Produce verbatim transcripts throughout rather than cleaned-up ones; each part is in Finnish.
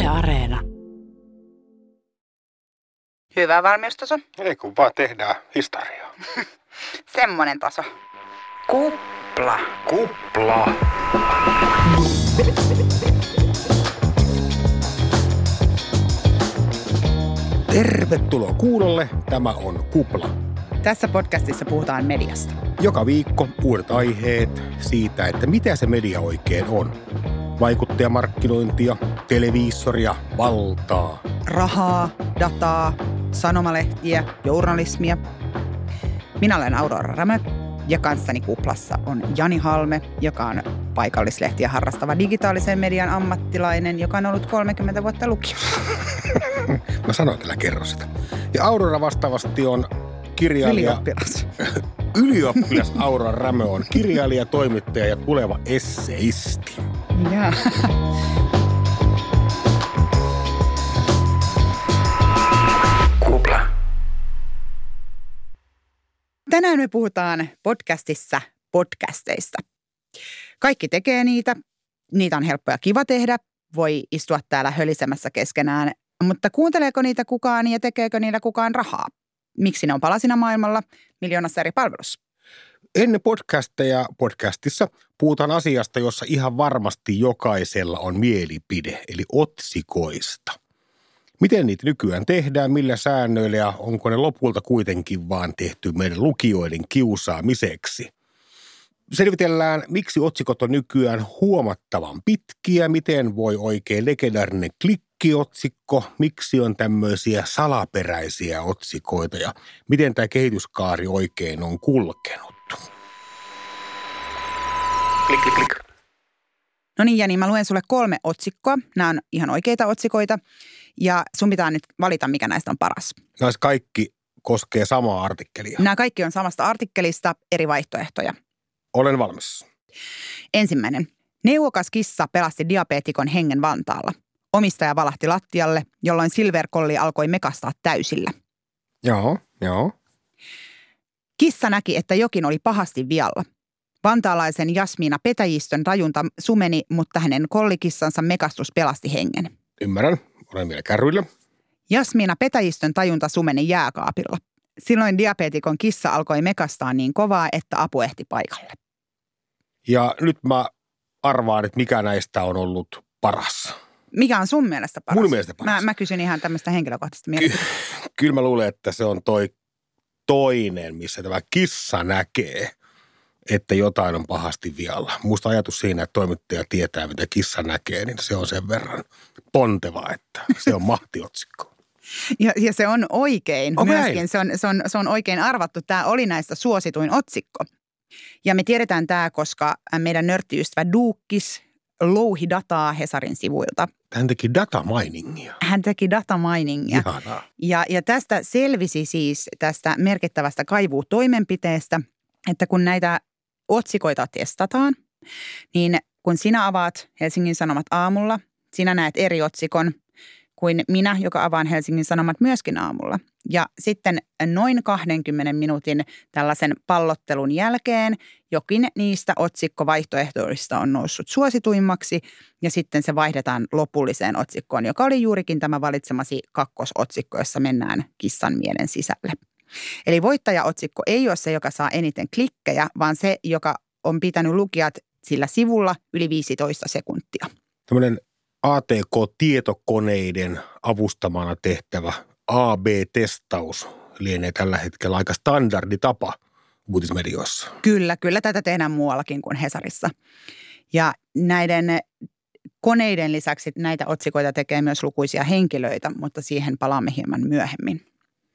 Yle Areena. Hyvä valmiustaso. Ei kun vaan tehdään historiaa. Semmonen taso. Kupla. Kupla. Tervetuloa kuulolle. Tämä on Kupla. Tässä podcastissa puhutaan mediasta. Joka viikko uudet aiheet siitä, että mitä se media oikein on. Vaikuttajamarkkinointia, televisioria, valtaa. Rahaa, dataa, sanomalehtiä, journalismia. Minä olen Aurora Rämö ja kanssani Kuplassa on Jani Halme, joka on paikallislehtiä harrastava digitaalisen median ammattilainen, joka on ollut kolmekymmentä vuotta lukiossa. Mä sanoin, että älä kerro sitä. Ja Aurora vastaavasti on kirjailija. Ylioppilas. Ylioppilas Aurora Rämö on kirjailija, toimittaja ja tuleva esseisti. Jaa. Kupla. Tänään me puhutaan podcastissa podcasteista. Kaikki tekee niitä. Niitä on helppo ja kiva tehdä. Voi istua täällä hölisemässä keskenään. Mutta kuunteleeko niitä kukaan ja tekeekö niillä kukaan rahaa? Miksi ne on palasina maailmalla miljoonassa eri palvelussa? Ennen podcasteja podcastissa puhutaan asiasta, jossa ihan varmasti jokaisella on mielipide, eli otsikoista. Miten niitä nykyään tehdään, millä säännöillä ja onko ne lopulta kuitenkin vaan tehty meidän lukijoiden kiusaamiseksi? Selvitellään, miksi otsikot on nykyään huomattavan pitkiä, miten voi oikein legendaarinen klikkiotsikko, miksi on tämmöisiä salaperäisiä otsikoita ja miten tämä kehityskaari oikein on kulkenut. Klik, klik, klik. No niin, Jani, mä luen sulle kolme otsikkoa. Nämä on ihan oikeita otsikoita ja sun pitää nyt valita, mikä näistä on paras. Nämä kaikki koskee samaa artikkelia. Nämä kaikki on samasta artikkelista, eri vaihtoehtoja. Olen valmis. Ensimmäinen. Neuvokas kissa pelasti diabeetikon hengen Vantaalla. Omistaja valahti lattialle, jolloin Silver Collie alkoi mekastaa täysillä. Joo, joo. Kissa näki, että jokin oli pahasti vialla. Vantaalaisen Jasmiina Petäjistön rajunta sumeni, mutta hänen kollikissansa mekastus pelasti hengen. Ymmärrän. Olen vielä kärryillä. Jasmiina Petäjistön tajunta sumeni jääkaapilla. Silloin diabeetikon kissa alkoi mekastaa niin kovaa, että apu ehti paikalle. Ja nyt mä arvaan, että mikä näistä on ollut paras. Mikä on sun mielestä paras? Mun mielestä paras. Mä, mä kysyn ihan tämmöistä henkilökohtaista mielipidettä. Ky- Kyllä mä luulen, että se on toi toinen, missä tämä kissa näkee, että jotain on pahasti vialla. Musta ajatus siinä, että toimittaja tietää, mitä kissa näkee, niin se on sen verran ponteva, että se on mahtiotsikko. Ja, ja se on oikein okay. myöskin. Se on, se, on, se on oikein arvattu. Tämä oli näistä suosituin otsikko. Ja me tiedetään tämä, koska meidän nörttiystävä Duukkis louhi dataa Hesarin sivuilta. Hän teki dataminingia. Hän teki dataminingia. Ihanaa. Ja, ja tästä selvisi siis tästä merkittävästä kaivuutoimenpiteestä, että kun näitä otsikoita testataan, niin kun sinä avaat Helsingin Sanomat aamulla, sinä näet eri otsikon kuin minä, joka avaan Helsingin Sanomat myöskin aamulla. Ja sitten noin kahdenkymmenen minuutin tällaisen pallottelun jälkeen jokin niistä otsikkovaihtoehtoista on noussut suosituimmaksi ja sitten se vaihdetaan lopulliseen otsikkoon, joka oli juurikin tämä valitsemasi kakkosotsikko, jossa mennään kissan mielen sisälle. Eli voittajaotsikko ei ole se, joka saa eniten klikkejä, vaan se, joka on pitänyt lukijat sillä sivulla yli viisitoista sekuntia. Tämmöinen A T K-tietokoneiden avustamana tehtävä A B-testaus lienee tällä hetkellä aika standarditapa uutismedioissa. Kyllä, kyllä tätä tehdään muuallakin kuin Hesarissa. Ja näiden koneiden lisäksi näitä otsikoita tekee myös lukuisia henkilöitä, mutta siihen palaamme hieman myöhemmin.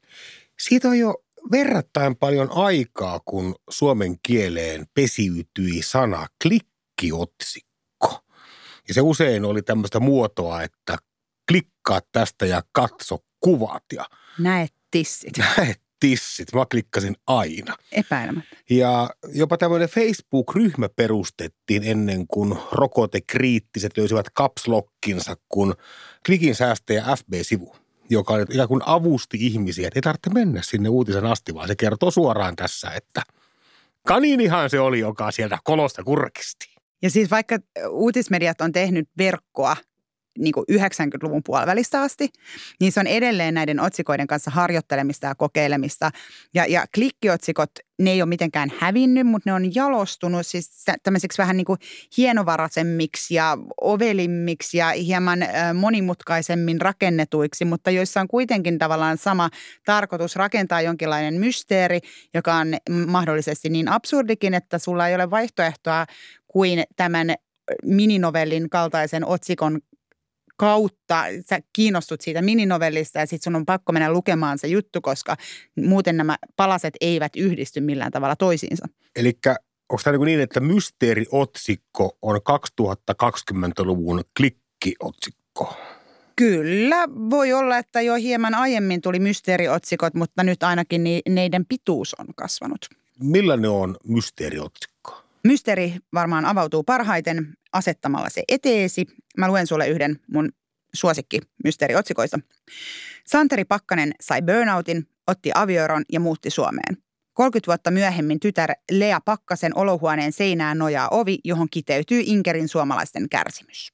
Siitä on jo verrattain paljon aikaa, kun suomen kieleen pesiytyi sana klikkiotsikko. Ja se usein oli tämmöistä muotoa, että klikkaa tästä ja katso kuvat. Ja näet tissit. Näet tissit. Mä klikkasin aina. Epäilemättä. Ja jopa tämmöinen Facebook-ryhmä perustettiin ennen kuin rokotekriittiset löysivät caps-lockinsa, kun klikin säästäjä F B-sivu, joka ikään kuin avusti ihmisiä, että ei tarvitse mennä sinne uutisen asti, vaan se kertoo suoraan tässä, että kaniinihan se oli, joka sieltä kolosta kurkisti. Ja siis vaikka uutismediat on tehnyt verkkoa niin kuin yhdeksänkymmentäluvun puolivälistä asti, niin se on edelleen näiden otsikoiden kanssa harjoittelemista ja kokeilemista. Ja, ja klikkiotsikot, ne ei ole mitenkään hävinnyt, mutta ne on jalostunut siis tämmöiseksi vähän niin kuin hienovaraisemmiksi ja ovelimmiksi ja hieman monimutkaisemmin rakennetuiksi, mutta joissa on kuitenkin tavallaan sama tarkoitus rakentaa jonkinlainen mysteeri, joka on mahdollisesti niin absurdikin, että sulla ei ole vaihtoehtoa kuin tämän mininovellin kaltaisen otsikon kautta. Sä kiinnostut siitä mininovellista ja sitten sun on pakko mennä lukemaan se juttu, koska muuten nämä palaset eivät yhdisty millään tavalla toisiinsa. Elikkä onko tämä niin, että mysteeriotsikko on kaksituhattakaksikymmentäluvun klikkiotsikko? Kyllä, voi olla, että jo hieman aiemmin tuli mysteeriotsikot, mutta nyt ainakin neiden pituus on kasvanut. Millainen on mysteeriotsikko? Mysteeri varmaan avautuu parhaiten asettamalla se eteesi. Mä luen sulle yhden mun suosikki mysteeriotsikoista. Santeri Pakkanen sai burnoutin, otti avioeron ja muutti Suomeen. kolmekymmentä vuotta myöhemmin tytär Lea Pakkasen olohuoneen seinään nojaa ovi, johon kiteytyy Inkerin suomalaisten kärsimys.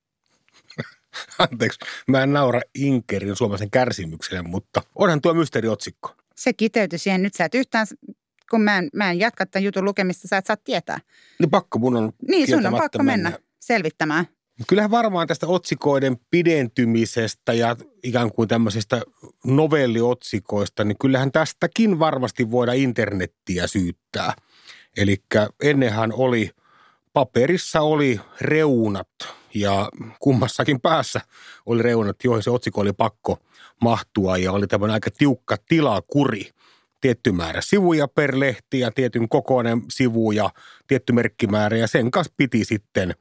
Anteeksi, mä en naura Inkerin suomalaisen kärsimykselle, mutta onhan tuo mysteeriotsikko. Se kiteytyi siihen. Nyt sä et yhtään, kun mä en, mä en jatka tämän jutun lukemista, sä et saa tietää. Niin pakko mun on Niin, sun on pakko mennä, mennä selvittämään. Kyllähän varmaan tästä otsikoiden pidentymisestä ja ikään kuin tämmöisestä novelliotsikoista, niin kyllähän tästäkin varmasti voidaan internettiä syyttää. Eli ennenhän oli, paperissa oli reunat ja kummassakin päässä oli reunat, joihin se otsikko oli pakko mahtua ja oli tämmöinen aika tiukka tilakuri. Tietty määrä sivuja per lehti ja tietyn kokoinen sivu ja tietty merkkimäärä ja sen kanssa piti sitten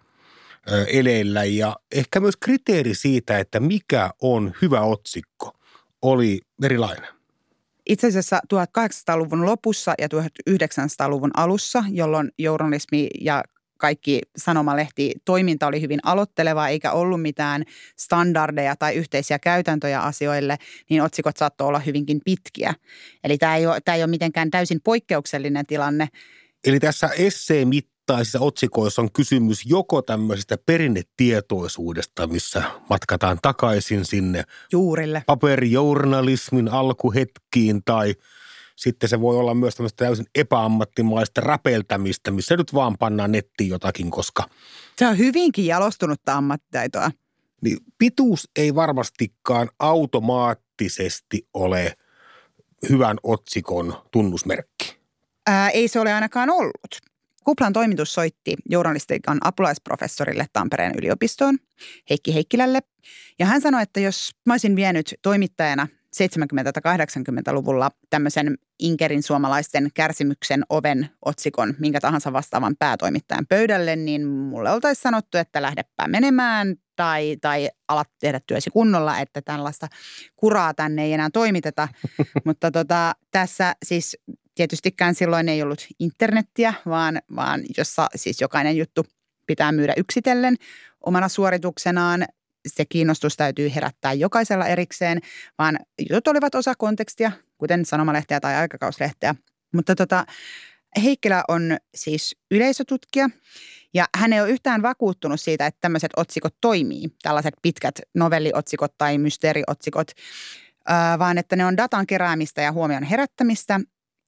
eleillä ja ehkä myös kriteeri siitä, että mikä on hyvä otsikko, oli erilainen. Itse asiassa tuhatkahdeksansataaluvun lopussa ja tuhatyhdeksänsataaluvun alussa, jolloin journalismi ja kaikki sanomalehti toiminta oli hyvin aloittelevaa eikä ollut mitään standardeja tai yhteisiä käytäntöjä asioille, niin otsikot saattoi olla hyvinkin pitkiä. Eli tämä ei ole, tämä ei ole mitenkään täysin poikkeuksellinen tilanne. Eli tässä esseemittaisissa otsikoissa on kysymys joko tämmöisestä perinnetietoisuudesta, missä matkataan takaisin sinne juurille, paperijournalismin alkuhetkiin tai sitten se voi olla myös tämmöistä täysin epäammattimaista räpeltämistä, missä nyt vaan pannaan nettiin jotakin, koska se on hyvinkin jalostunutta ammattitaitoa. Niin pituus ei varmastikaan automaattisesti ole hyvän otsikon tunnusmerkki. Ää, ei se ole ainakaan ollut. Kuplan toimitus soitti journalistiikan apulaisprofessorille Tampereen yliopistoon, Heikki Heikkilälle. Ja hän sanoi, että jos mä olisin vienyt toimittajana seitsemänkymmentä- kahdeksankymmentäluvulla tämmöisen Inkerin suomalaisten kärsimyksen oven otsikon minkä tahansa vastaavan päätoimittajan pöydälle, niin mulle oltaisiin sanottu, että lähdepä menemään tai, tai alat tehdä työsi kunnolla, että tällaista kuraa tänne ei enää toimiteta. Mutta tota, tässä siis tietystikään silloin ei ollut internettiä, vaan, vaan jossa siis jokainen juttu pitää myydä yksitellen omana suorituksenaan. Se kiinnostus täytyy herättää jokaisella erikseen, vaan jutut olivat osa kontekstia, kuten sanomalehtiä tai aikakauslehteä. Mutta tota, Heikkilä on siis yleisötutkija ja hän ei ole yhtään vakuuttunut siitä, että tämmöiset otsikot toimii, tällaiset pitkät novelliotsikot tai mysteeriotsikot, vaan että ne on datan keräämistä ja huomion herättämistä.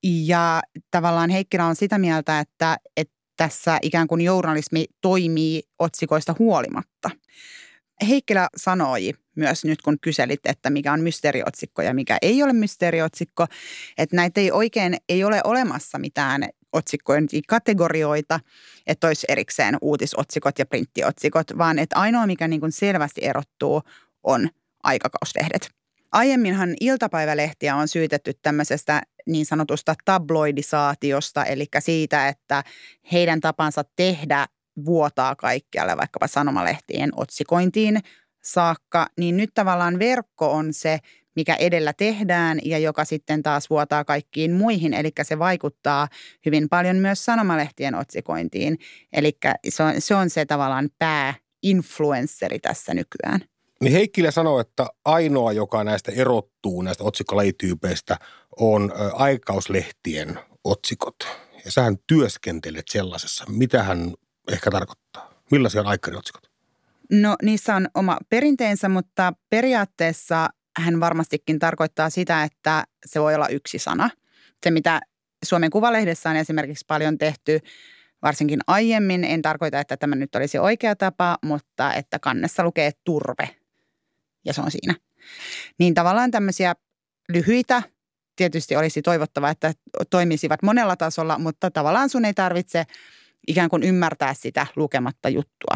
Ja tavallaan Heikkilä on sitä mieltä, että, että tässä ikään kuin journalismi toimii otsikoista huolimatta. Heikkilä sanoi myös nyt, kun kyselit, että mikä on mysteeriotsikko ja mikä ei ole mysteeriotsikko, että näitä ei oikein ei ole olemassa mitään otsikkojen kategorioita, että olisi erikseen uutisotsikot ja printtiotsikot, vaan että ainoa, mikä niin kuin selvästi erottuu, on aikakauslehdet. Aiemminhan iltapäivälehtiä on syytetty tämmöisestä niin sanotusta tabloidisaatiosta, eli siitä, että heidän tapansa tehdä vuotaa kaikkialle, vaikkapa sanomalehtien otsikointiin saakka, niin nyt tavallaan verkko on se, mikä edellä tehdään ja joka sitten taas vuotaa kaikkiin muihin, eli se vaikuttaa hyvin paljon myös sanomalehtien otsikointiin, eli se on se, on se tavallaan pääinfluensseri tässä nykyään. Niin Heikkilä sanoi, että ainoa, joka näistä erottuu, näistä otsikkolajityypeistä, on aikakauslehtien otsikot. Ja sähän työskentelet sellaisessa. Mitä hän ehkä tarkoittaa? Millaisia on aikariotsikot? No niissä on oma perinteensä, mutta periaatteessa hän varmastikin tarkoittaa sitä, että se voi olla yksi sana. Se, mitä Suomen Kuvalehdessä on esimerkiksi paljon tehty, varsinkin aiemmin, en tarkoita, että tämä nyt olisi oikea tapa, mutta että kannessa lukee turve ja se on siinä. Niin tavallaan tämmöisiä lyhyitä, tietysti olisi toivottavaa, että toimisivat monella tasolla, mutta tavallaan sun ei tarvitse ikään kuin ymmärtää sitä lukematta juttua.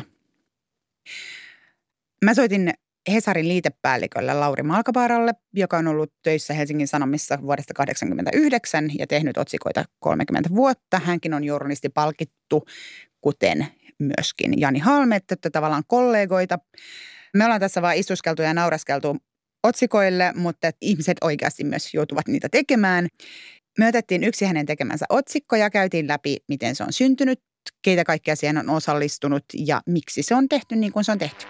Mä soitin Hesarin liitepäällikölle Lauri Malkapaaralle, joka on ollut töissä Helsingin Sanomissa vuodesta tuhatyhdeksänsataakahdeksankymmentäyhdeksän ja tehnyt otsikoita kolmekymmentä vuotta. Hänkin on journalisti palkittu, kuten myöskin Jani Halmet, että tavallaan kollegoita. Me ollaan tässä vaan istuskeltu ja nauraskeltu otsikoille, mutta ihmiset oikeasti myös joutuvat niitä tekemään. Me otettiin yksi hänen tekemänsä otsikko ja käytiin läpi, miten se on syntynyt, keitä kaikkia siihen on osallistunut ja miksi se on tehty niin kuin se on tehty.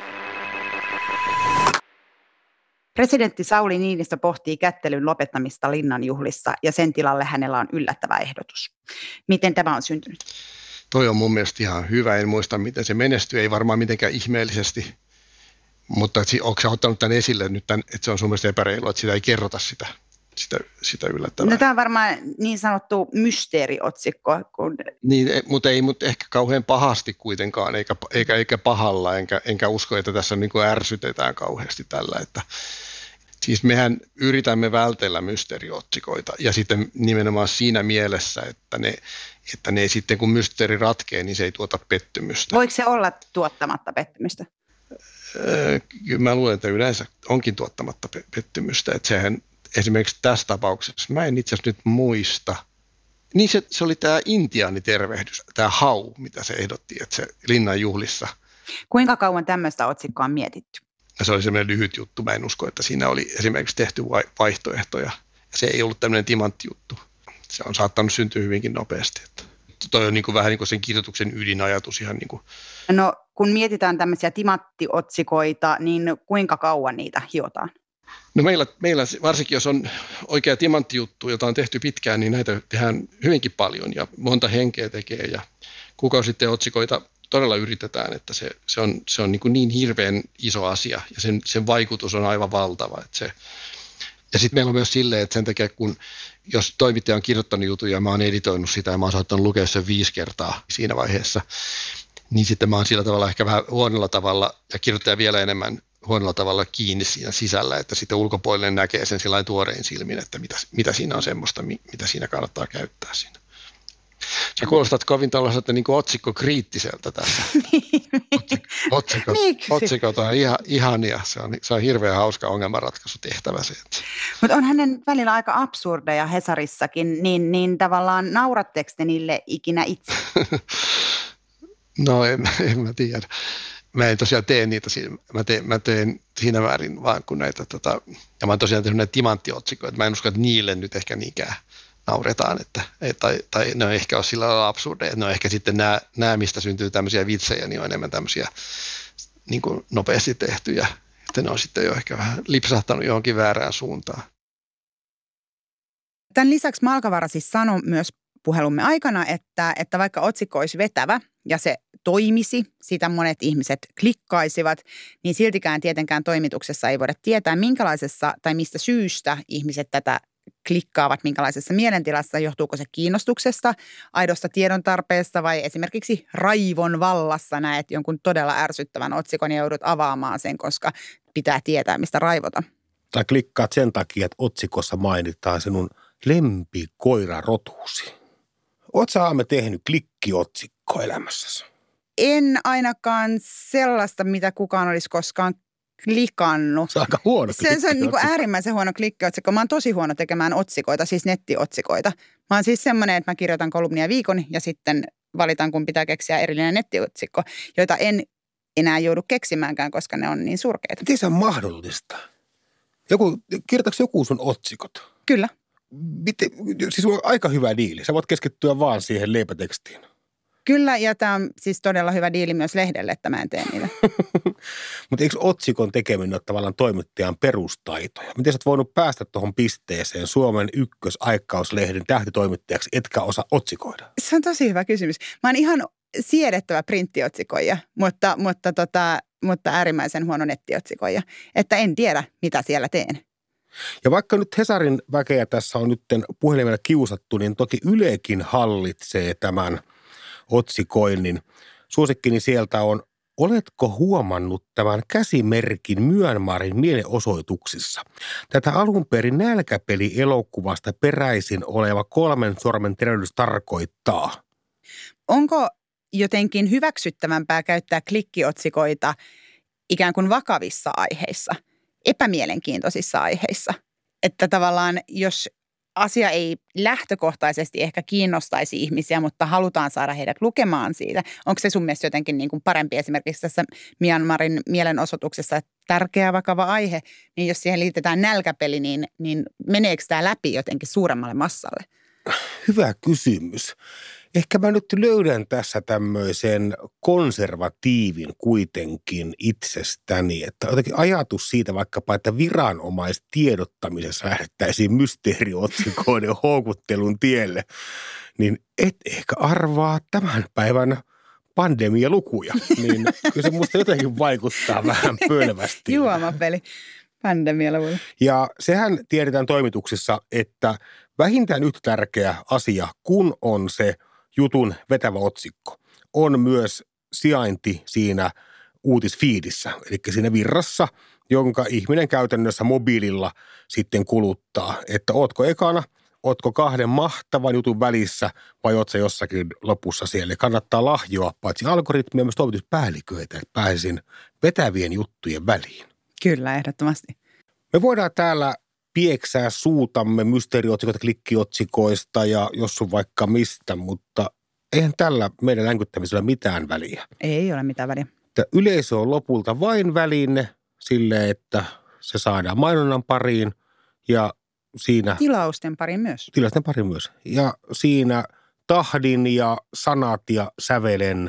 Presidentti Sauli Niinistö pohtii kättelyn lopettamista Linnanjuhlissa ja sen tilalle hänellä on yllättävä ehdotus. Miten tämä on syntynyt? Toi on mun mielestä ihan hyvä. En muista, miten se menestyi. Ei varmaan mitenkään ihmeellisesti. Mutta onko sä ottanut tämän esille nyt, tämän, että se on sun mielestä epäreilua, että sitä ei kerrota sitä, sitä, sitä yllättävää? No tämä on varmaan niin sanottu mysteeriotsikko. Kun... Niin, mutta ei mutta ehkä kauhean pahasti kuitenkaan, eikä, eikä, eikä pahalla, enkä, enkä usko, että tässä niin kuin ärsytetään kauheasti tällä. Että, siis mehän yritämme vältellä mysteeriotsikoita ja sitten nimenomaan siinä mielessä, että ne, että ne sitten kun mysteeri ratkee, niin se ei tuota pettymystä. Voiko se olla tuottamatta pettymystä? Kyllä mä luulen, että yleensä onkin tuottamatta pettymystä, että sehän esimerkiksi tässä tapauksessa, mä en itse asiassa nyt muista, niin se, se oli tämä intiaanitervehdys, tämä hau, mitä se ehdotti, että se Linnanjuhlissa. Kuinka kauan tämmöistä otsikkoa on mietitty? Se oli semmoinen lyhyt juttu, mä en usko, että siinä oli esimerkiksi tehty vaihtoehtoja. Se ei ollut tämmöinen timanttijuttu, se on saattanut syntyä hyvinkin nopeasti. Että toi on niin kuin vähän niin kuin sen kirjoituksen ydinajatus ihan niin kuin. No kun mietitään tämmöisiä timanttiotsikoita, niin kuinka kauan niitä hiotaan? No meillä, meillä varsinkin, jos on oikea timanttijuttu, jota on tehty pitkään, niin näitä tehdään hyvinkin paljon ja monta henkeä tekee ja kuukausi sitten otsikoita todella yritetään, että se, se on, se on niin, kuin niin hirveän iso asia ja sen, sen vaikutus on aivan valtava. Että se, ja sitten meillä on myös silleen, että sen takia kun jos toimittaja on kirjoittanut jutun ja mä oon editoinut sitä ja mä oon saattanut lukea sen viisi kertaa siinä vaiheessa, niin sitten mä oon sillä tavalla ehkä vähän huonolla tavalla ja kirjoittaja vielä enemmän huonolla tavalla kiinni siinä sisällä, että sitten ulkopuolinen näkee sen sillain tuoreen silmin, että mitä, mitä siinä on semmoista, mitä siinä kannattaa käyttää siinä. Sä kuulostat kovin tällaiselta niin kuin otsikkokriittiseltä tässä. Otsikot, otsikot on ihan, ihania, se on, se on hirveän hauska ongelmanratkaisutehtävä se. Mutta on hänen välillä aika absurdeja Hesarissakin, niin, niin tavallaan nauratteko te niille ikinä itse? No en, en mä tiedä. Mä en tosiaan tee niitä, mä teen, mä teen siinä väärin vaan kuin näitä, tota, ja mä oon tosiaan tehnyt näitä timanttiotsikoita, mä en usko, että niille nyt ehkä niinkään nauretaan, että, tai, tai ne on ehkä ole sillä lailla absurdeja, että ne on ehkä sitten nämä, nämä, mistä syntyy tämmöisiä vitsejä, niin on enemmän tämmöisiä niin kuin nopeasti tehtyjä, että ne on sitten jo ehkä vähän lipsahtanut johonkin väärään suuntaan. Tämän lisäksi Malkavaara siis sanoi myös puhelumme aikana, että, että vaikka otsikko olisi vetävä ja se toimisi, sitä monet ihmiset klikkaisivat, niin siltikään tietenkään toimituksessa ei voida tietää, minkälaisessa tai mistä syystä ihmiset tätä klikkaavat, minkälaisessa mielentilassa, johtuuko se kiinnostuksesta, aidosta tiedon tarpeesta vai esimerkiksi raivon vallassa näet jonkun todella ärsyttävän otsikon ja joudut avaamaan sen, koska pitää tietää, mistä raivota. Tai klikkaat sen takia, että otsikossa mainitaan sinun lempikoirarotuusi. Oletko sä Aame tehnyt klikkiotsikko elämässäsi? En ainakaan sellaista, mitä kukaan olisi koskaan klikannut. Se on aika huono Se, se on niin kuin äärimmäisen huono klikkiotsikko. Mä oon tosi huono tekemään otsikoita, siis nettiotsikoita. Mä oon siis semmoinen, että mä kirjoitan kolumnia viikon ja sitten valitan, kun pitää keksiä erillinen nettiotsikko, joita en enää joudu keksimäänkään, koska ne on niin surkeita. Miten se on mahdollista? Joku, kirjoitatko joku sun otsikot? Kyllä. Miten, siis on aika hyvä diili. Sä voit keskittyä vaan siihen leipätekstiin. Kyllä, ja tämä on siis todella hyvä diili myös lehdelle, että mä en tee niitä. Mutta eikö otsikon tekeminen ole tavallaan toimittajan perustaitoja? Miten sä oot voinut päästä tuohon pisteeseen Suomen ykkösaikkauslehden tähtitoimittajaksi, etkä osaa otsikoida? Se on tosi hyvä kysymys. Mä oon ihan siedettävä printtiotsikoija, mutta, mutta tota, mutta äärimmäisen huono nettiotsikoija. Että en tiedä, mitä siellä teen. Ja vaikka nyt Hesarin väkeä tässä on nyt puhelimella kiusattu, niin toki Ylekin hallitsee tämän otsikoinnin. Suosikkini sieltä on, oletko huomannut tämän käsimerkin Myanmarin mielenosoituksissa? Tätä alun perin nälkäpeli-elokuvasta peräisin oleva kolmen sormen tervehdys tarkoittaa. Onko jotenkin hyväksyttävämpää käyttää klikkiotsikoita ikään kuin vakavissa aiheissa, epämielenkiintoisissa aiheissa? Että tavallaan jos asia ei lähtökohtaisesti ehkä kiinnostaisi ihmisiä, mutta halutaan saada heidät lukemaan siitä. Onko se sun mielestä jotenkin niin kuin parempi esimerkiksi tässä Myanmarin mielenosoituksessa, että tärkeä vakava aihe, niin jos siihen liitetään nälkäpeli, niin, niin meneekö tämä läpi jotenkin suuremmalle massalle? Hyvä kysymys. Ehkä mä nyt löydän tässä tämmöisen konservatiivin kuitenkin itsestäni, että jotenkin ajatus siitä vaikkapa, että viranomaistiedottamisessa lähdettäisiin mysteeriotsikoiden houkuttelun tielle, niin et ehkä arvaa tämän päivän pandemialukuja, niin kyllä se musta jotenkin vaikuttaa vähän pölvästi. Juomapeli pandemialukuja. Ja sehän tiedetään toimituksissa, että vähintään yhtä tärkeä asia, kun on se jutun vetävä otsikko, on myös sijainti siinä uutisfiidissä, eli siinä virrassa, jonka ihminen käytännössä mobiililla sitten kuluttaa, että ootko ekana, ootko kahden mahtavan jutun välissä vai oot sä jossakin lopussa siellä. Eli kannattaa lahjoa paitsi algoritmia myös toimituspäälliköitä, että pääsin vetävien juttujen väliin. Kyllä, ehdottomasti. Me voidaan täällä pieksää suutamme mysteeriotsikoita, klikkiotsikoista ja jos on vaikka mistä, mutta eihän tällä meidän länkyttämisellä mitään väliä. Ei ole mitään väliä. Että yleisö on lopulta vain väline sille, että se saadaan mainonnan pariin ja siinä... Tilausten pariin myös. Tilausten pariin myös. Ja siinä tahdin ja sanat ja sävelen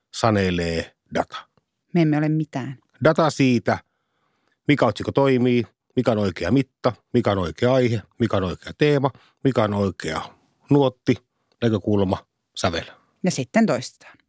sanelee data. Me emme ole mitään. Data siitä, mikä otsikko toimii, mikä on oikea mitta, mikä on oikea aihe, mikä on oikea teema, mikä on oikea nuotti, näkökulma, sävel. Ja sitten toistetaan.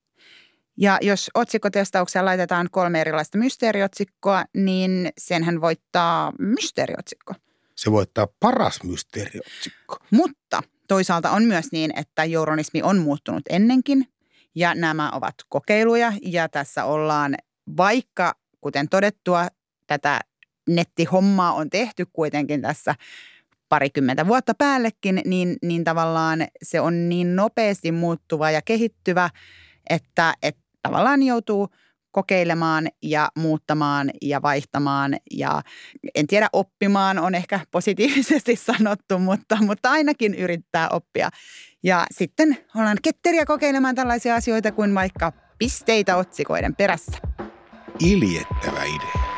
Ja jos otsikkotestaukseen laitetaan kolme erilaista mysteeriotsikkoa, niin senhän voittaa mysteeriotsikko. Se voittaa paras mysteeriotsikko. Mutta toisaalta on myös niin, että journalismi on muuttunut ennenkin ja nämä ovat kokeiluja ja tässä ollaan, vaikka kuten todettua, tätä nettihommaa on tehty kuitenkin tässä parikymmentä vuotta päällekin, niin, niin tavallaan se on niin nopeasti muuttuva ja kehittyvä, että, että tavallaan joutuu kokeilemaan ja muuttamaan ja vaihtamaan ja en tiedä oppimaan on ehkä positiivisesti sanottu, mutta, mutta ainakin yrittää oppia. Ja sitten ollaan ketteriä kokeilemaan tällaisia asioita kuin vaikka pisteitä otsikoiden perässä. Iljettävä idea.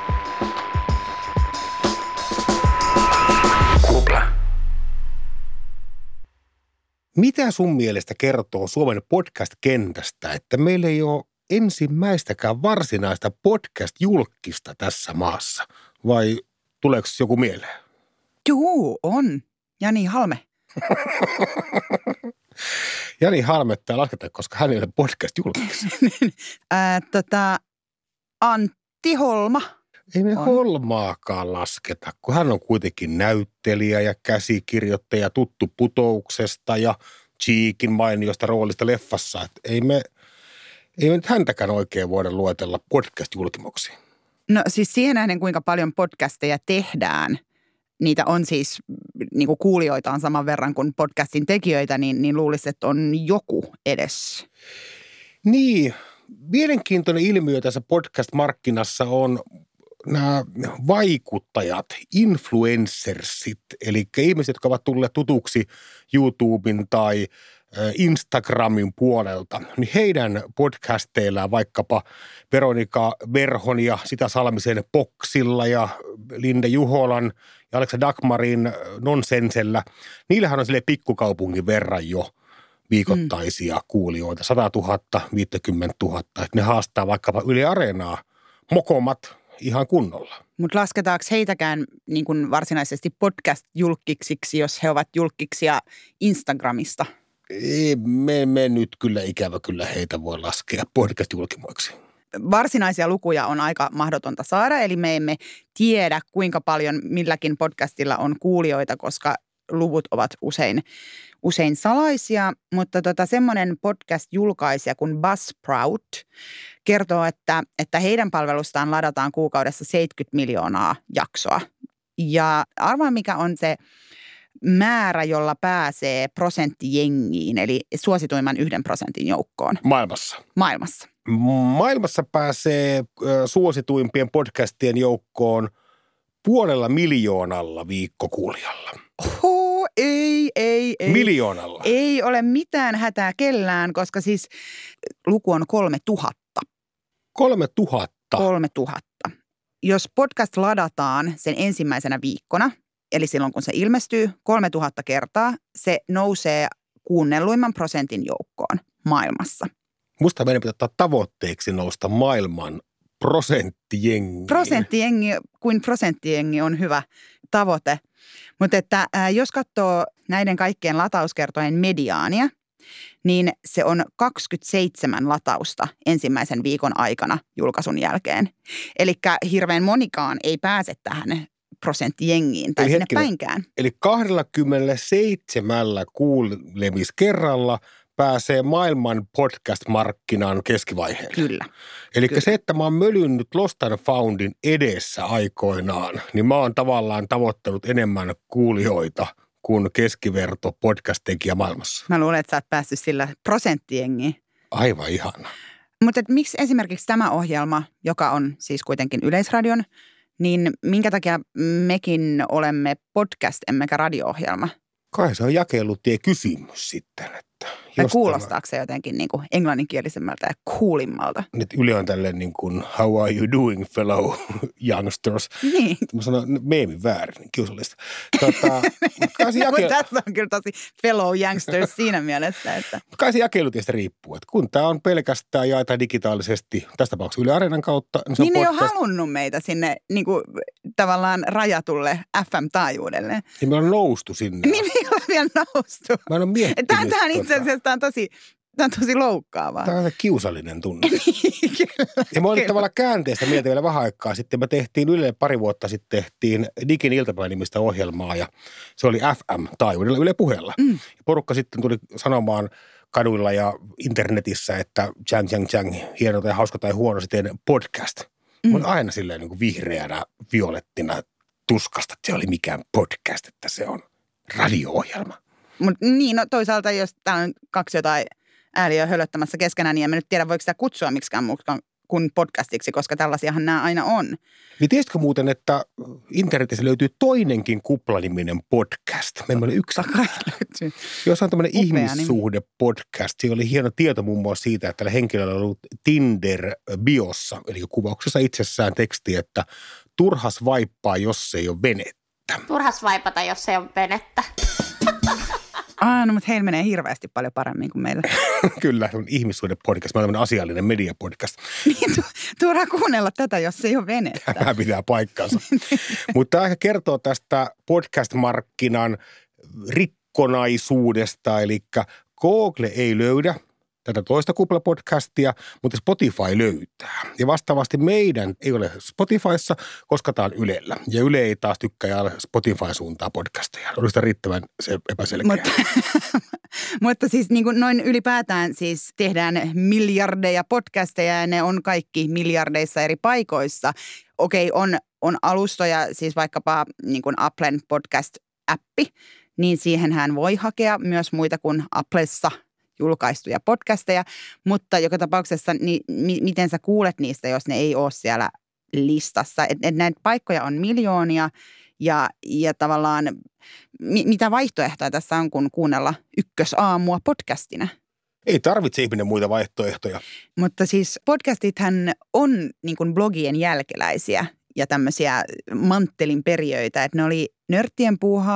Mitä sun mielestä kertoo Suomen podcast-kentästä, että meillä ei ole ensimmäistäkään varsinaista podcast-julkkista tässä maassa? Vai tuleeko joku mieleen? Juu, on. Jani Halme. Jani Halmettaa lasketa, koska hän ei ole podcast-julkissa. äh, tota, Antti Holma. Ei me on. Holmaakaan lasketa, kun hän on kuitenkin näyttelijä ja käsikirjoittaja, tuttu Putouksesta ja Cheekin mainiosta roolista leffassa. Et ei, me, ei me nyt häntäkään oikein voida luetella podcast-julkimoksi. No siis siihen nähden, kuinka paljon podcasteja tehdään. Niitä on siis, niin kuin kuulijoita on saman verran kuin podcastin tekijöitä, niin, niin luulisi, että on joku edes. Niin, mielenkiintoinen ilmiö tässä podcast-markkinassa on nämä vaikuttajat, influencersit, eli ihmiset, jotka ovat tulleet tutuksi YouTuben tai Instagramin puolelta, niin heidän podcasteillaan vaikkapa Veronika Verhon ja Sita Salmisen Boksilla ja Linda Juholan ja Alexa Dagmarin Nonsensellä, niillähän on silleen pikkukaupungin verran jo viikoittaisia mm. kuulijoita, sata tuhatta, viisikymmentä tuhatta, että ne haastaa vaikkapa Yle Areenaa mokomat ihan kunnolla. Mutta lasketaanko heitäkään niin kuin varsinaisesti podcast-julkiksiksi, jos he ovat julkiksia Instagramista? Ei, me, me nyt kyllä ikävä kyllä heitä voi laskea podcast-julkimoiksi. varsinaisia lukuja on aika mahdotonta saada, eli me emme tiedä, kuinka paljon milläkin podcastilla on kuulijoita, koska luvut ovat usein, usein salaisia, mutta tota, semmoinen podcast-julkaisija kuin Buzzsprout kertoo, että, että heidän palvelustaan ladataan kuukaudessa seitsemänkymmentä miljoonaa jaksoa. Ja arvaa, mikä on se määrä, jolla pääsee prosenttijengiin, eli suosituimman yhden prosentin joukkoon. Maailmassa. Maailmassa. Maailmassa pääsee suosituimpien podcastien joukkoon puolella miljoonalla viikkokuulijalla. Oho, ei, ei, ei. Miljoonalla. Ei ole mitään hätää kellään, koska siis luku on kolme tuhatta. Kolme tuhatta? Kolme tuhatta. Jos podcast ladataan sen ensimmäisenä viikkona, eli silloin kun se ilmestyy kolme tuhatta kertaa, se nousee kuunnelluimman prosentin joukkoon maailmassa. Musta meidän pitää ottaa tavoitteeksi nousta maailman prosenttijengi. Prosenttijengi kuin prosenttijengi on hyvä tavoite. Mutta että ää, jos katsoo näiden kaikkien latauskertojen mediaania, niin se on kaksikymmentäseitsemän latausta ensimmäisen viikon aikana julkaisun jälkeen. Eli hirveän monikaan ei pääse tähän prosenttijengiin tai eli sinne hetkinen, päinkään. Eli kaksikymmentäseitsemän kuulemiskerralla pääsee maailman podcast-markkinan keskivaiheelle. Kyllä. Eli Kyllä. se, että mä oon mölynnyt Lost and Foundin edessä aikoinaan, niin mä oon tavallaan tavoittanut enemmän kuulijoita kuin keskiverto podcast-tekijä maailmassa. Mä luulen, että sä oot päässyt sillä prosenttijengiin. Aivan ihana. Mutta miksi esimerkiksi tämä ohjelma, joka on siis kuitenkin Yleisradion, niin minkä takia mekin olemme podcast emmekä radio-ohjelma? Kai se on jakelutie kysymys sitten, että Tai kuulostaako se jotenkin niin kuin englanninkielisemältä ja coolimmalta? Nyt Yle on tälleen niin kuin, how are you doing fellow youngsters? Niin. Mä sanon meemin väärin, niin kiusallista. Tota, kai se No, jake... tässä on kyllä tosi fellow youngsters siinä mielessä, että... Kai se jakelutiestä riippuu, että kun tämä on pelkästään jaeta digitaalisesti, tästä tapauksessa Yle Areenan kautta, niin se niin on ne podcast. ei ole halunnut meitä sinne niin kuin, tavallaan rajatulle F M-taajuudelle. Niin me on noustu sinne. Niin me ei ole vielä noustu. Mä en ole miettinyt. Tämä on itse tota. asiassa tämä on tosi, tämä on tosi loukkaavaa. Tämä on se kiusallinen tunne. Kyllä, Ja mä olin kyllä. tavallaan käänteestä mieltä vielä vähän aikaa sitten. Me tehtiin Yle pari vuotta sitten tehtiin Digin iltapäivänimistä ohjelmaa ja se oli F M-taajuudella Yle Puheella. Mm. Ja porukka sitten tuli sanomaan kaduilla ja internetissä, että jang, jang, jang, hieno tai hauska tai huono, se teidän podcast. Mm. Mä olin aina silleen niin kuin vihreänä, violettina tuskasta, että se oli mikään podcast, että se on radio-ohjelma. Mut niin, no toisaalta jos täällä on kaksi jotain ääliöä hölöttämässä keskenään, niin en mä nyt tiedä, voiko sitä kutsua miksikään muukaan kuin podcastiksi, koska tällaisiahan nämä aina on. Niin tiesitkö muuten, että internetissä löytyy toinenkin kuplaniminen podcast? Me emme ole yksi. Kai löytyy. Jos on tämmöinen Upea ihmissuhde-podcast, siinä oli hieno tieto muun muassa siitä, että tällä henkilöllä on ollut Tinder-biossa, eli kuvauksessa itsessään teksti, että turhas vaippaa, jos ei ole venettä. Turhas vaipata, jos ei ole venettä. Ah, no mutta heillä menee hirveästi paljon paremmin kuin meillä. Kyllä, se on ihmissuhde-podcast. Mä olen tämmöinen asiallinen media-podcast. Niin, tu- turha kuunnella tätä, jos ei ole venettä. Tämä pitää paikkansa. Mutta tämä ehkä kertoo tästä podcast-markkinan rikkonaisuudesta, eli Google ei löydä tätä toista kuplapodcastia, mutta Spotify löytää. Ja vastaavasti meidän ei ole Spotifyssa, koska tämä on Ylellä. Ja Yle ei taas tykkää Spotify-suuntaa podcasteja. Olisi sitä riittävän se epäselkeä. Mutta, mutta siis niin kuin noin ylipäätään siis tehdään miljardeja podcasteja ja ne on kaikki miljardeissa eri paikoissa. Okei, on, on alustoja, siis vaikkapa niin kuin Applen podcast-appi, niin siihenhän voi hakea myös muita kuin Applessa julkaistuja podcasteja, mutta joka tapauksessa niin mi- miten sä kuulet niistä, jos ne ei ole siellä listassa. Et, et näitä paikkoja on miljoonia ja, ja tavallaan mi- mitä vaihtoehtoja tässä on, kun kuunnella ykkösaamua podcastina? Ei tarvitse ihminen muita vaihtoehtoja. Mutta siis podcastithan on niin kuin blogien jälkeläisiä ja tämmöisiä manttelin perijöitä, että ne oli nörttien puuhaa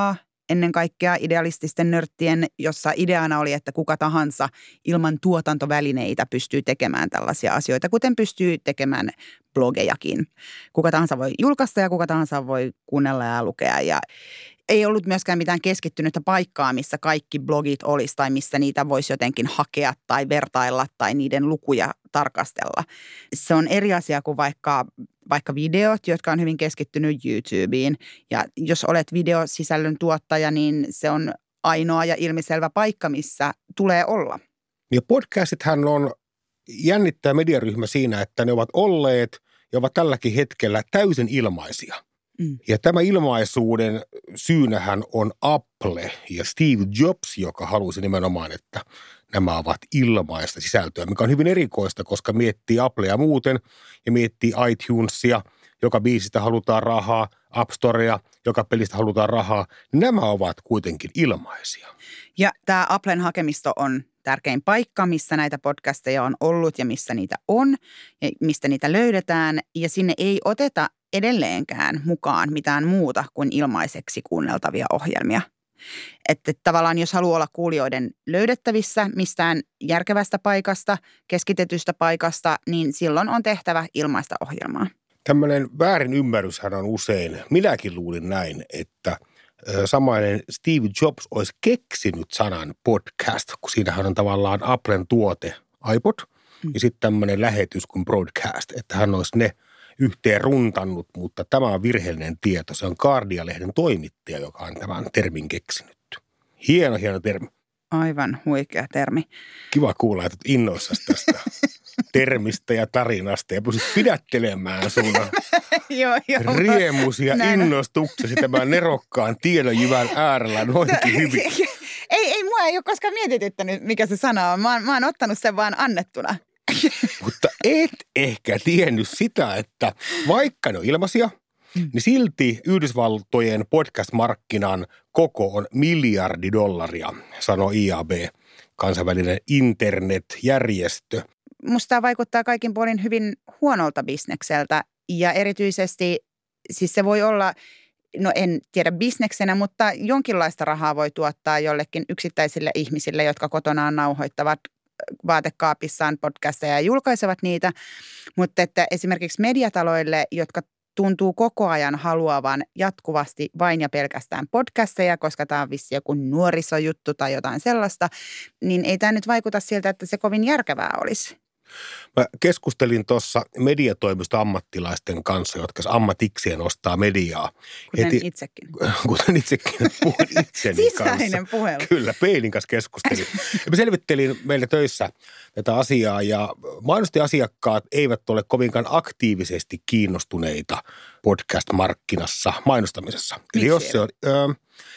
ennen kaikkea idealististen nörttien, jossa ideana oli, että kuka tahansa ilman tuotantovälineitä pystyy tekemään tällaisia asioita, kuten pystyy tekemään blogejakin. Kuka tahansa voi julkaista ja kuka tahansa voi kuunnella ja lukea ja ei ollut myöskään mitään keskittynyttä paikkaa, missä kaikki blogit olisi tai missä niitä voisi jotenkin hakea tai vertailla tai niiden lukuja tarkastella. Se on eri asia kuin vaikka, vaikka videot, jotka on hyvin keskittynyt YouTubeen. Ja jos olet videosisällön tuottaja, niin se on ainoa ja ilmiselvä paikka, missä tulee olla. Ja podcastithan on jännittää mediaryhmä siinä, että ne ovat olleet ja ovat tälläkin hetkellä täysin ilmaisia. Mm. Ja tämä ilmaisuuden syynähän on Apple ja Steve Jobs, joka halusi nimenomaan, että nämä ovat ilmaista sisältöä, mikä on hyvin erikoista, koska miettii Applea muuten ja miettii iTunesia, joka biisistä halutaan rahaa, App Storea, joka pelistä halutaan rahaa. Nämä ovat kuitenkin ilmaisia. Ja tämä Applen hakemisto on tärkein paikka, missä näitä podcasteja on ollut ja missä niitä on ja mistä niitä löydetään. Ja sinne ei oteta edelleenkään mukaan mitään muuta kuin ilmaiseksi kuunneltavia ohjelmia. Että tavallaan jos haluaa olla kuulijoiden löydettävissä mistään järkevästä paikasta, keskitetystä paikasta, niin silloin on tehtävä ilmaista ohjelmaa. Tämmöinen väärin ymmärryshän on usein, minäkin luulin näin, että samainen Steve Jobs olisi keksinyt sanan podcast, kun siinähän on tavallaan Applen tuote iPod mm. ja sitten tämmöinen lähetys kuin broadcast, että hän olisi ne yhteen runtannut, mutta tämä on virheellinen tieto. Se on Guardian-lehden toimittaja, joka on tämän termin keksinyt. Hieno, hieno termi. Aivan huikea termi. Kiva kuulla, että innoissasi tästä termistä ja tarinasta ja pystyt pidättelemään sun joo, joo. riemusia innostuksesi tämän nerokkaan tiedonjyvän äärellä noinkin hyvin. ei, ei, mua ei ole koskaan mietityttänyt, mikä se sana on. Mä oon, mä oon ottanut sen vaan annettuna. Mutta et ehkä tiennyt sitä, että vaikka ne on ilmaisia, mm. niin silti Yhdysvaltojen podcast-markkinan koko on miljardi dollaria, sanoi I A B, kansainvälinen internetjärjestö. Musta tämä vaikuttaa kaikin puolin hyvin huonolta bisnekseltä ja erityisesti, siis se voi olla, no en tiedä bisneksenä, mutta jonkinlaista rahaa voi tuottaa jollekin yksittäisille ihmisille, jotka kotonaan nauhoittavat vaatekaapissaan podcasteja ja julkaisevat niitä, mutta että esimerkiksi mediataloille, jotka tuntuu koko ajan haluavan jatkuvasti vain ja pelkästään podcasteja, koska tämä on vissi joku nuorisojuttu tai jotain sellaista, niin ei tämä nyt vaikuta siltä, että se kovin järkevää olisi. Mä keskustelin tuossa mediatoimisto ammattilaisten kanssa, jotka ammatikseen ostaa mediaa. Kuten Heti, itsekin. Kuten itsekin puhun itseni kanssa. Sisäinen puhelu. Kyllä, peilin kanssa keskustelin. Ja mä selvittelin meille töissä tätä asiaa ja mainostajasiakkaat eivät ole kovinkaan aktiivisesti kiinnostuneita podcast-markkinassa mainostamisessa. Miksi? Eli jos se on... Öö,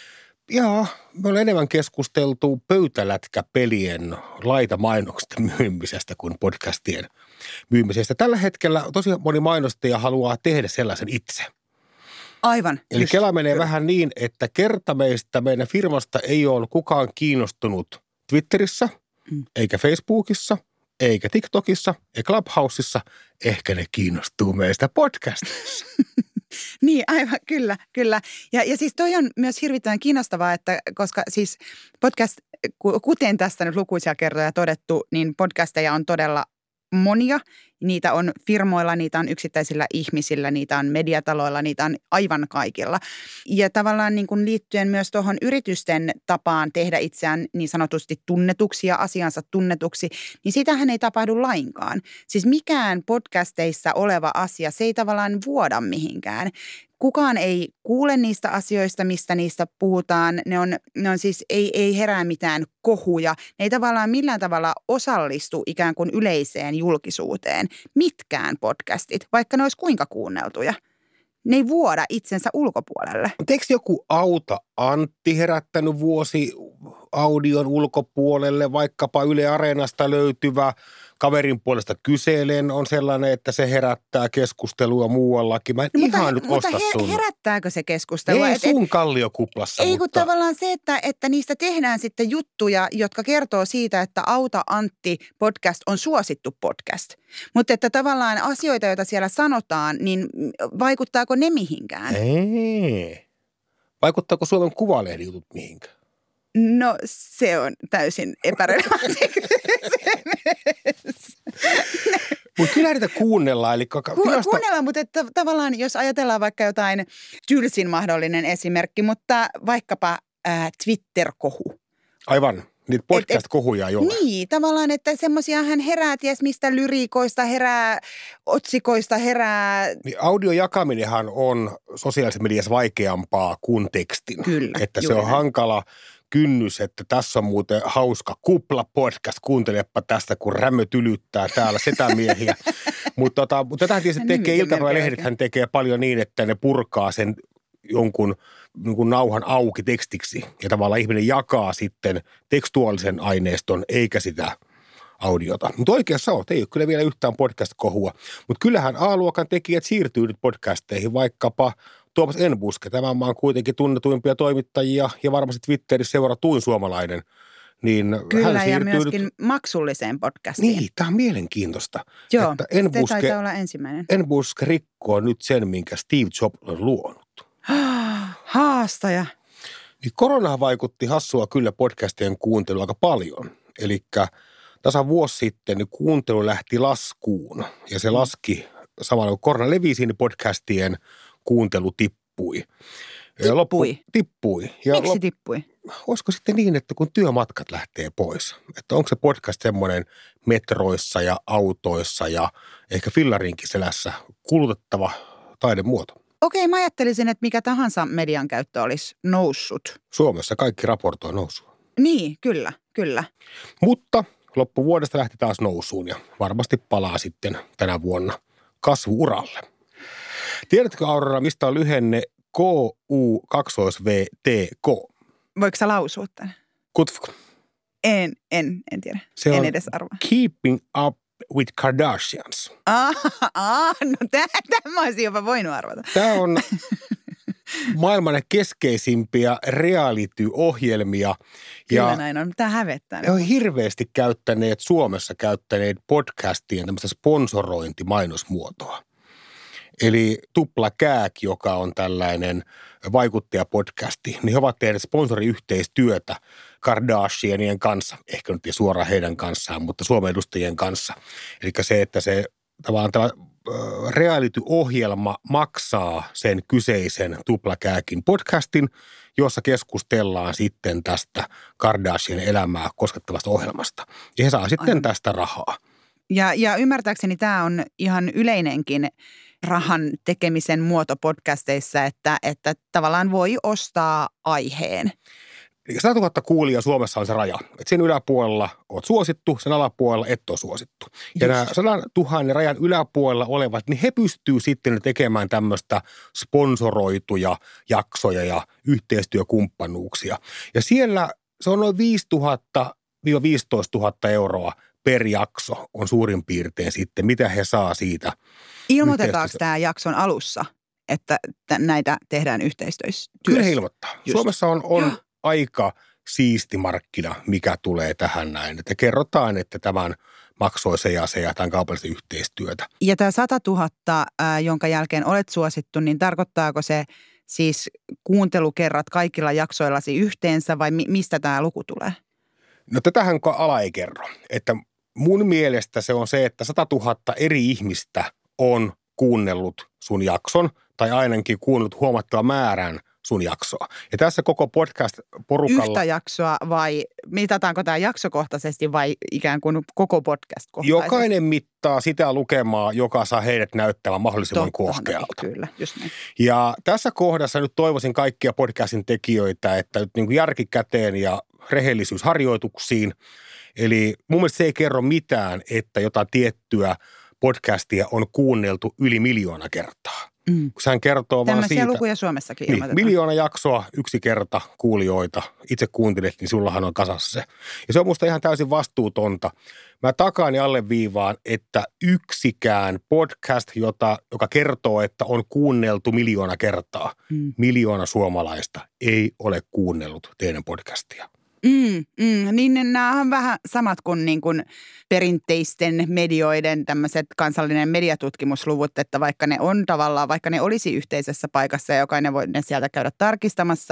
Joo, me ollaan enemmän keskusteltu pöytälätkäpelien laitamainoksista myymisestä kuin podcastien myymisestä. Tällä hetkellä tosi moni mainostaja haluaa tehdä sellaisen itse. Aivan. Eli just, Kela menee kyllä. vähän niin, että kerta meistä meidän firmasta ei ole kukaan kiinnostunut Twitterissä, mm. eikä Facebookissa, eikä TikTokissa, eikä Clubhouseissa. Ehkä ne kiinnostuu meistä podcastissa. Niin, aivan, kyllä, kyllä. Ja, ja siis toi on myös hirvittävän kiinnostavaa, että koska siis podcast, kuten tästä nyt lukuisia kertoja todettu, niin podcasteja on todella monia. Niitä on firmoilla, niitä on yksittäisillä ihmisillä, niitä on mediataloilla, niitä on aivan kaikilla. Ja tavallaan niin kuin liittyen myös tuohon yritysten tapaan tehdä itseään niin sanotusti tunnetuksi ja asiansa tunnetuksi, niin sitähän ei tapahdu lainkaan. Siis mikään podcasteissa oleva asia, se ei tavallaan vuoda mihinkään. Kukaan ei kuule niistä asioista, mistä niistä puhutaan. Ne on, ne on siis, ei, ei herää mitään kohuja. Ne ei tavallaan millään tavalla osallistu ikään kuin yleiseen julkisuuteen. Mitkään podcastit, vaikka ne olisi kuinka kuunneltuja. Ne ei vuoda itsensä ulkopuolelle. Eikö joku Auta Antti herättänyt vuosi audion ulkopuolelle, vaikkapa Yle Areenasta löytyvä Kaverin puolesta kyselen on sellainen, että se herättää keskustelua muuallakin. Mä en no, ihan mutta, nyt mutta osta he, sun. herättääkö se keskustelua? Ei et, sun kalliokuplassa. Ei mutta... kun tavallaan se, että, että niistä tehdään sitten juttuja, jotka kertoo siitä, että Auta Antti podcast on suosittu podcast. Mutta että tavallaan asioita, joita siellä sanotaan, niin vaikuttaako ne mihinkään? Ei. Vaikuttaako Suomen Kuvalehdi-jutut mihinkään? No se on täysin epärelevantti kysymys. Mutta kyllä niitä kuunnellaan. Eli Ku, tilasta... Kuunnellaan, mutta että tavallaan jos ajatellaan vaikka jotain tylsin mahdollinen esimerkki, mutta vaikkapa ää, Twitter-kohu. Aivan. Niitä podcast-kohuja ei ole. Niin, tavallaan, että semmoisia hän herää ties mistä lyriikoista, herää otsikoista, herää... Niin audion jakaminenhan on sosiaalisessa mediassa vaikeampaa kuin tekstin. Kyllä, että se on näin. hankala kynnys, että tässä on muuten hauska kupla-podcast. Kuuntelepa tästä, kun rämmöt ylyttää täällä setämiehiä. Mutta tota, mut tätähän tietysti tekee, iltapäivälehdet tekee paljon niin, että ne purkaa sen jonkun niin kuin nauhan auki tekstiksi. Ja tavallaan ihminen jakaa sitten tekstuaalisen aineiston, eikä sitä audiota. Mutta oikeassa olet, ei ole kyllä vielä yhtään podcast-kohua. Mutta kyllähän A-luokan tekijät siirtyy nyt podcasteihin, vaikkapa Tuomas Enbuske. Tämä maan kuitenkin tunnetuimpia toimittajia ja varmasti Twitterissä seuratuin suomalainen. Niin kyllä, hän ja myöskin nyt... maksulliseen podcastiin. Niin, tämä on mielenkiintoista. Joo, että se Enbuske, taitaa olla ensimmäinen. Enbuske rikkoo nyt sen, minkä Steve Jobs on luonut. Haastaja. Niin korona vaikutti hassua kyllä podcastien kuuntelu aika paljon. Eli tasan vuosi sitten niin kuuntelu lähti laskuun ja se laski samalla kun korona levisi, niin podcastien kuuntelu tippui. Tippui? Loppu, tippui. Ja Miksi lop, tippui? Olisiko sitten niin, että kun työmatkat lähtee pois, että onko se podcast semmoinen metroissa ja autoissa ja ehkä fillarinkin selässä kulutettava taidemuoto? Okei, mä ajattelisin, että mikä tahansa median käyttö olisi noussut. Suomessa kaikki raportoi nousua. Niin, kyllä, kyllä. Mutta loppuvuodesta lähti taas nousuun ja varmasti palaa sitten tänä vuonna kasvu-uralle. Tiedätkö, Aurora, mistä on lyhenne K U kaksi V T K? Voiko sä lausua tämän? Kutvk. En, en, en tiedä. Se en on edes arvaa. Keeping Up with Kardashians. Ah, ah no tämä olisin jopa voinut arvata. Tämä on maailman keskeisimpiä reality-ohjelmia. Kyllä ja näin on. Tämä hävettää. he on hirveästi käyttäneet, Suomessa käyttäneet podcastien tämmöistä sponsorointimainosmuotoa. Eli Tupla Kääk, joka on tällainen vaikuttajapodcasti, niin he ovat tehneet sponsoriyhteistyötä Kardashianien kanssa. Ehkä nyt ei suoraan heidän kanssaan, mutta Suomen edustajien kanssa. Eli se, että se tavallaan tämä reality-ohjelma maksaa sen kyseisen Tupla Kääkin podcastin, jossa keskustellaan sitten tästä Kardashian elämää koskettavasta ohjelmasta. Ja he saa sitten Aina. tästä rahaa. Ja, ja ymmärtääkseni tämä on ihan yleinenkin rahan tekemisen muoto podcasteissa, että, että tavallaan voi ostaa aiheen. satatuhatta kuulijaa Suomessa on se raja. Että sen yläpuolella olet suosittu, sen alapuolella et ole suosittu. Ja Just. nämä sadantuhannen rajan yläpuolella olevat, niin he pystyy sitten tekemään tämmöistä sponsoroituja jaksoja ja yhteistyökumppanuuksia. Ja siellä se on noin viisituhatta viisitoistatuhatta euroa per jakso on suurin piirtein sitten, mitä he saa siitä. Ilmoitetaanko tämä jakson alussa, että näitä tehdään yhteistyössä? Kyllä he ilmoittaa. Just. Suomessa on, on aika siisti markkina, mikä tulee tähän näin. Että kerrotaan, että tämän maksoi se ja se ja tämän kaupallista yhteistyötä. Ja tämä satatuhatta, jonka jälkeen olet suosittu, niin tarkoittaako se siis kuuntelukerrat kaikilla jaksoillasi yhteensä vai mi- mistä tämä luku tulee? No tätähän ala ei kerro. Että mun mielestä se on se, että satatuhatta eri ihmistä on kuunnellut sun jakson tai ainakin kuunnellut huomattavan määrän sun jaksoa. Ja tässä koko podcast-porukalla... Yhtä jaksoa vai mitataanko tämä jaksokohtaisesti vai ikään kuin koko podcast-kohtaisesti? Jokainen mittaa sitä lukemaa, joka saa heidät näyttämään mahdollisimman Totta, kohkealta. Kyllä, just niin. Ja tässä kohdassa nyt toivoisin kaikkia podcastin tekijöitä, että nyt niin kuin järki käteen ja rehellisyysharjoituksiin. Eli mun mielestä se ei kerro mitään, että jotain tiettyä podcastia on kuunneltu yli miljoona kertaa. Mm. Sehän kertoo vaan siitä. Tämmöisiä lukuja Suomessakin niin, ilmoitetaan. Miljoona jaksoa, yksi kerta kuulijoita. Itse kuuntelet, niin sullahan on kasassa se. Ja se on musta ihan täysin vastuutonta. Mä takaani alleviivaan, että yksikään podcast, jota, joka kertoo, että on kuunneltu miljoona kertaa, mm. miljoona suomalaista ei ole kuunnellut teidän podcastia. Mm, mm, niin nämä on vähän samat kuin, niin kuin perinteisten medioiden tämmöiset kansallinen mediatutkimusluvut, että vaikka ne on tavallaan, vaikka ne olisi yhteisessä paikassa ja jokainen voi ne sieltä käydä tarkistamassa,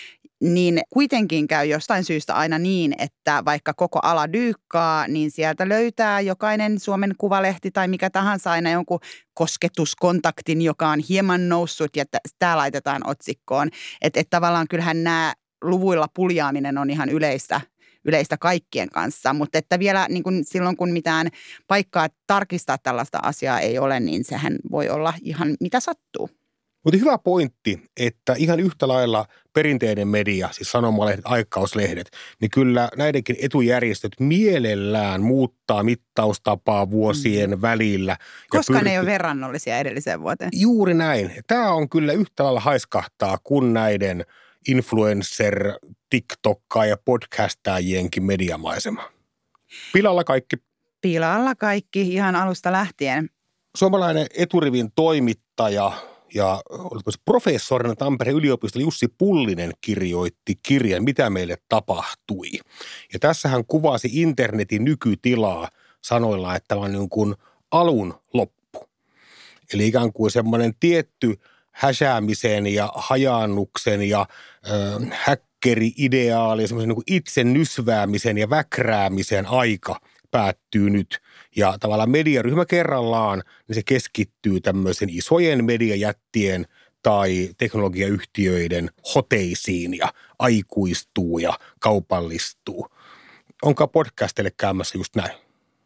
niin kuitenkin käy jostain syystä aina niin, että vaikka koko ala dyykkaa, niin sieltä löytää jokainen Suomen Kuvalehti tai mikä tahansa aina jonkun kosketuskontaktin, joka on hieman noussut ja tämä laitetaan otsikkoon. Että et tavallaan kyllähän nämä luvuilla puljaaminen on ihan yleistä, yleistä kaikkien kanssa, mutta että vielä niin kun silloin kun mitään paikkaa tarkistaa tällaista asiaa ei ole, niin sehän voi olla ihan mitä sattuu. Mutta hyvä pointti, että ihan yhtä lailla perinteinen media, siis sanomalehdet, aikakauslehdet, niin kyllä näidenkin etujärjestöt mielellään muuttaa mittaustapaa vuosien mm. välillä. Koska pyrki... ne ei ole verrannollisia edelliseen vuoteen. Juuri näin. Tämä on kyllä yhtä lailla haiskahtaa kuin näiden influencer, TikTokkaa ja podcastajienkin mediamaisema. Pilalla kaikki. Pilalla kaikki ihan alusta lähtien. Suomalainen eturivin toimittaja ja professorina Tampereen yliopistolla Jussi Pullinen kirjoitti kirjan, mitä meille tapahtui. Ja tässä hän kuvasi internetin nykytilaa sanoilla, että tämä on niin kuin alun loppu. Eli ikään kuin semmoinen tietty häsäämisen ja hajaannuksen ja äh, häkkeri-ideaali, semmoisen niin kuin itse nysväämisen ja väkräämisen aika päättyy nyt. Ja tavallaan mediaryhmä kerrallaan, niin se keskittyy tämmöisen isojen mediajättien tai teknologiayhtiöiden hoteisiin ja aikuistuu ja kaupallistuu. Onko podcasteille käymässä just näin?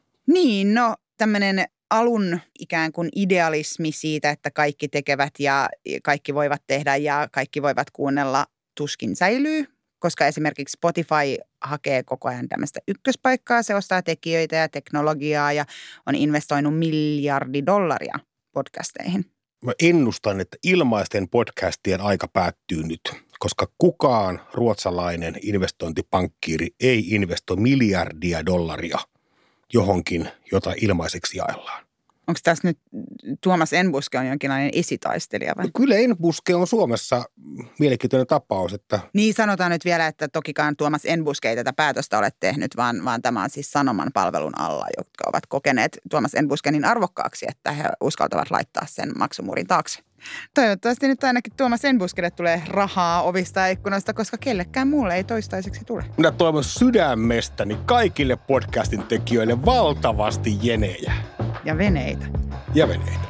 Niin, no tämmöinen alun ikään kuin idealismi siitä, että kaikki tekevät ja kaikki voivat tehdä ja kaikki voivat kuunnella, tuskin säilyy. Koska esimerkiksi Spotify hakee koko ajan tämmöistä ykköspaikkaa, se ostaa tekijöitä ja teknologiaa ja on investoinut miljardi dollaria podcasteihin. Mä ennustan, että ilmaisten podcastien aika päättyy nyt, koska kukaan ruotsalainen investointipankkiiri ei investoi miljardia dollaria johonkin, jota ilmaiseksi jaellaan. Onko tässä nyt Tuomas Enbuske on jonkinlainen esitaistelija vai? No kyllä Enbuske on Suomessa mielenkiintoinen tapaus. Että... Niin sanotaan nyt vielä, että tokikaan Tuomas Enbuske ei tätä päätöstä ole tehnyt, vaan, vaan tämä on siis Sanoman palvelun alla, jotka ovat kokeneet Tuomas Enbusken niin arvokkaaksi, että he uskaltavat laittaa sen maksumuurin taakse. Toivottavasti nyt ainakin Tuomas Enbuskelle tulee rahaa ovista ja ikkunoista, koska kellekään muulle ei toistaiseksi tule. Minä toivon sydämestäni kaikille podcastin tekijöille valtavasti jenejä. Ja veneitä. Ja veneitä.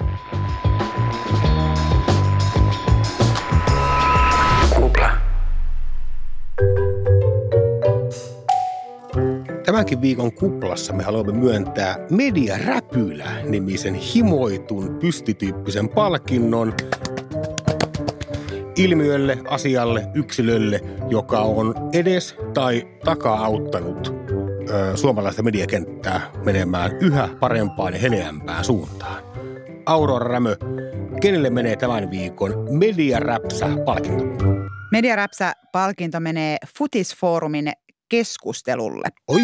Kupla. Tämänkin viikon kuplassa me haluamme myöntää Mediaräpylä-nimisen himoitun pystityyppisen palkinnon ilmiölle, asialle, yksilölle, joka on edes tai takaa auttanut ö, suomalaista mediakenttää menemään yhä parempaan ja heleämpään suuntaan. Aurora Rämö, kenelle menee tämän viikon Mediaräpsä-palkinto? Mediaräpsä-palkinto menee Futisfoorumin keskustelulle. Oi!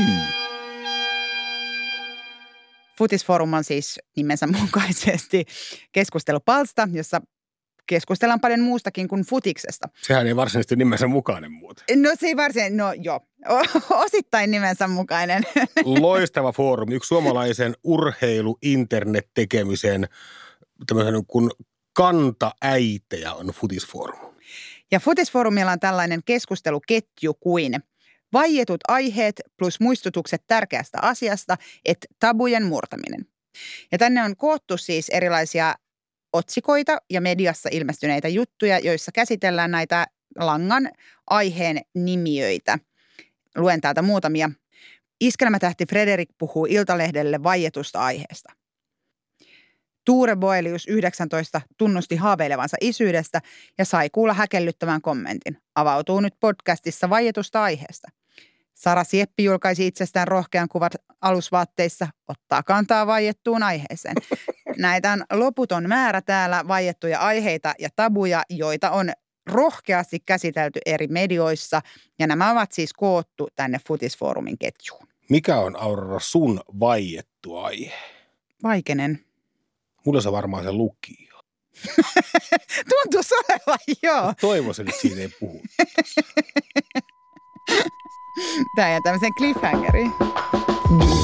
Futisforum on siis nimensä mukaisesti keskustelupalsta, jossa keskustellaan paljon muustakin kuin futiksesta. Sehän ei varsinaisesti nimensä mukainen muuten. No se ei varsinaisesti, no joo, osittain nimensä mukainen. Loistava foorumi, yksi suomalaisen urheilu-internet-tekemisen tämmöisen kuin kantaäitejä on Futisforum. Ja Futisforumilla on tällainen keskusteluketju kuin vaietut aiheet plus muistutukset tärkeästä asiasta, et tabujen murtaminen. Ja tänne on koottu siis erilaisia otsikoita ja mediassa ilmestyneitä juttuja, joissa käsitellään näitä langan aiheen nimiöitä. Luen täältä muutamia. Iskelmätähti Frederik puhuu Iltalehdelle vaietusta aiheesta. Tuure Boelius yhdeksäntoista tunnusti haaveilevansa isyydestä ja sai kuulla häkellyttävän kommentin. Avautuu nyt podcastissa vaietusta aiheesta. Sara Sieppi julkaisi itsestään rohkean kuvat alusvaatteissa, ottaa kantaa vaiettuun aiheeseen. Näitä on loputon määrä täällä vaiettuja aiheita ja tabuja, joita on rohkeasti käsitelty eri medioissa. Ja nämä ovat siis koottu tänne Futisfoorumin ketjuun. Mikä on, Aurora, sun vaiettu aihe? Vaikeinen. Mulla se varmaan se lukio. Tuntuisi olevan, joo. Toivoisin, että siitä ei puhu. Tämä ja tämmöisen cliffhangeriin. Niin.